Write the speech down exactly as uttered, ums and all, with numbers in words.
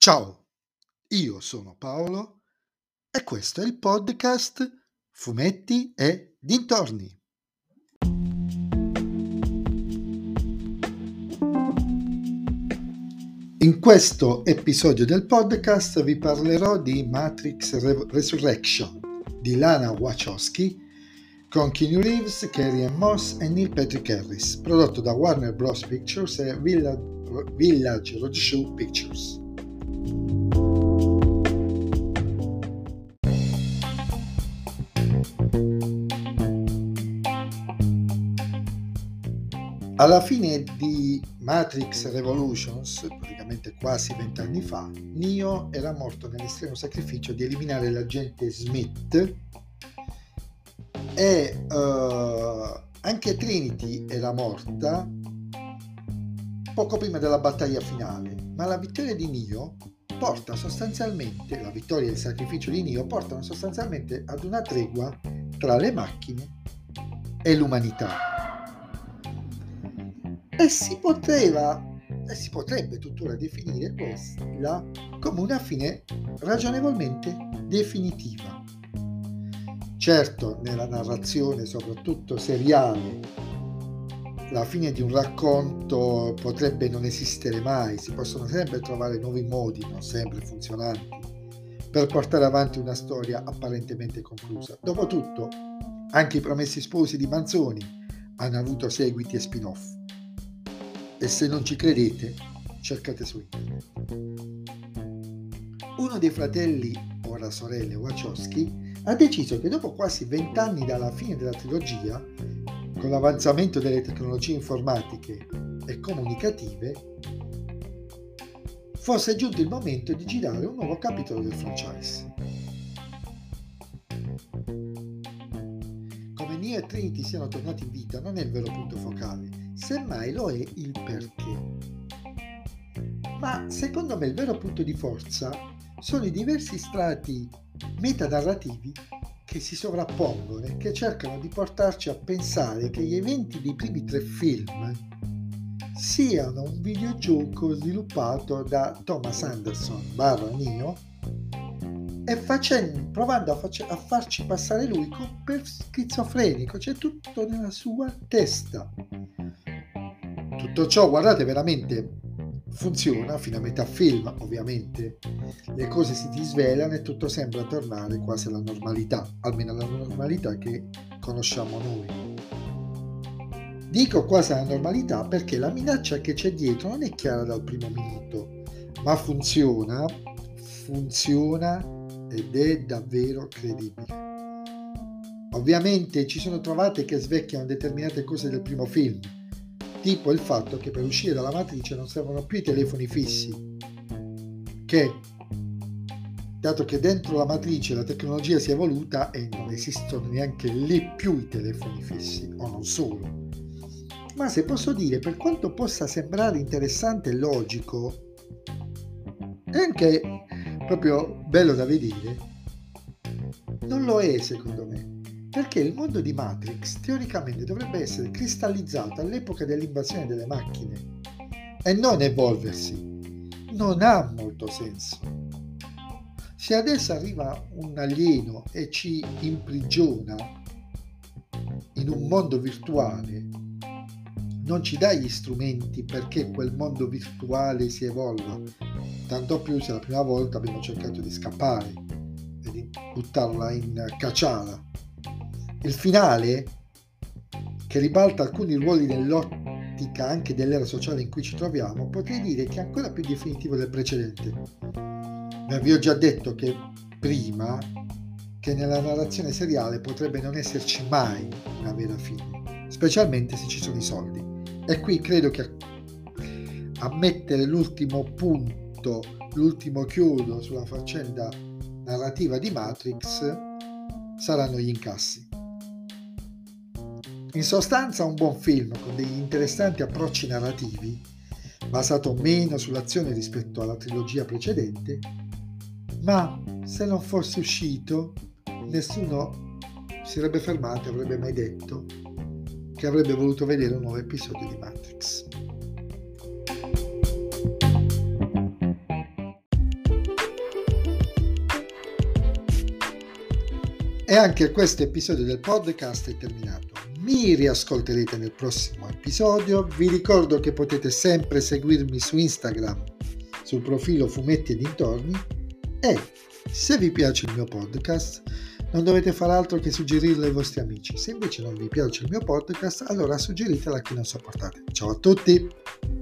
Ciao, io sono Paolo e questo è il podcast Fumetti e Dintorni. In questo episodio del podcast vi parlerò di Matrix Re- Resurrection di Lana Wachowski con Keanu Reeves, Carrie-Anne Moss e Neil Patrick Harris, prodotto da Warner Bros. Pictures e Village, Village Roadshow Pictures. Alla fine di Matrix Revolutions, praticamente quasi vent'anni fa, Neo era morto nell'estremo sacrificio di eliminare l'agente Smith e uh, anche Trinity era morta poco prima della battaglia finale, ma la vittoria di Neo porta sostanzialmente, la vittoria e il sacrificio di Neo portano sostanzialmente ad una tregua tra le macchine e l'umanità. E si poteva e si potrebbe tuttora definire questa come una fine ragionevolmente definitiva. Certo, nella narrazione, soprattutto seriale, la fine di un racconto potrebbe non esistere mai, si possono sempre trovare nuovi modi, non sempre funzionanti, per portare avanti una storia apparentemente conclusa. Dopotutto, anche i Promessi Sposi di Manzoni hanno avuto seguiti e spin-off. E se non ci credete, cercate su internet. Uno dei fratelli, ora sorelle Wachowski, ha deciso che dopo quasi vent'anni dalla fine della trilogia, con l'avanzamento delle tecnologie informatiche e comunicative, fosse giunto il momento di girare un nuovo capitolo del franchise. Come Neo e Trinity siano tornati in vita non è il vero punto focale, semmai lo è il perché. Ma secondo me il vero punto di forza sono i diversi strati metanarrativi che si sovrappongono e che cercano di portarci a pensare che gli eventi dei primi tre film siano un videogioco sviluppato da Thomas Anderson barra Neo e facendo, provando a, face, a farci passare lui per schizofrenico, c'è tutto nella sua testa. Tutto ciò, guardate, veramente funziona fino a metà film, ovviamente. Le cose si disvelano e tutto sembra tornare quasi alla normalità, almeno alla normalità che conosciamo noi. Dico quasi alla normalità perché la minaccia che c'è dietro non è chiara dal primo minuto, ma funziona, funziona ed è davvero credibile. Ovviamente ci sono trovate che svecchiano determinate cose del primo film, tipo il fatto che per uscire dalla matrice non servono più i telefoni fissi, che dato che dentro la matrice la tecnologia si è evoluta e non esistono neanche lì più i telefoni fissi, o non solo. Ma se posso dire, per quanto possa sembrare interessante e logico, è anche proprio bello da vedere, non lo è secondo me. Perché il mondo di Matrix teoricamente dovrebbe essere cristallizzato all'epoca dell'invasione delle macchine e non evolversi. Non ha molto senso. Se adesso arriva un alieno e ci imprigiona in un mondo virtuale, non ci dà gli strumenti perché quel mondo virtuale si evolva. Tanto più se la prima volta abbiamo cercato di scappare e di buttarla in cacciara. Il finale, che ribalta alcuni ruoli nell'ottica anche dell'era sociale in cui ci troviamo, potrei dire che è ancora più definitivo del precedente. Ma vi ho già detto che prima che nella narrazione seriale potrebbe non esserci mai una vera fine, specialmente se ci sono i soldi. E qui credo che a mettere l'ultimo punto, l'ultimo chiodo sulla faccenda narrativa di Matrix saranno gli incassi. In sostanza un buon film con degli interessanti approcci narrativi, basato meno sull'azione rispetto alla trilogia precedente, ma se non fosse uscito nessuno si sarebbe fermato e avrebbe mai detto che avrebbe voluto vedere un nuovo episodio di Matrix. E anche questo episodio del podcast è terminato. Mi riascolterete nel prossimo episodio. Vi ricordo che potete sempre seguirmi su Instagram, sul profilo Fumetti e Dintorni, e se vi piace il mio podcast non dovete fare altro che suggerirlo ai vostri amici. Se invece non vi piace il mio podcast, allora suggeritelo a chi non sopportate. Ciao a tutti!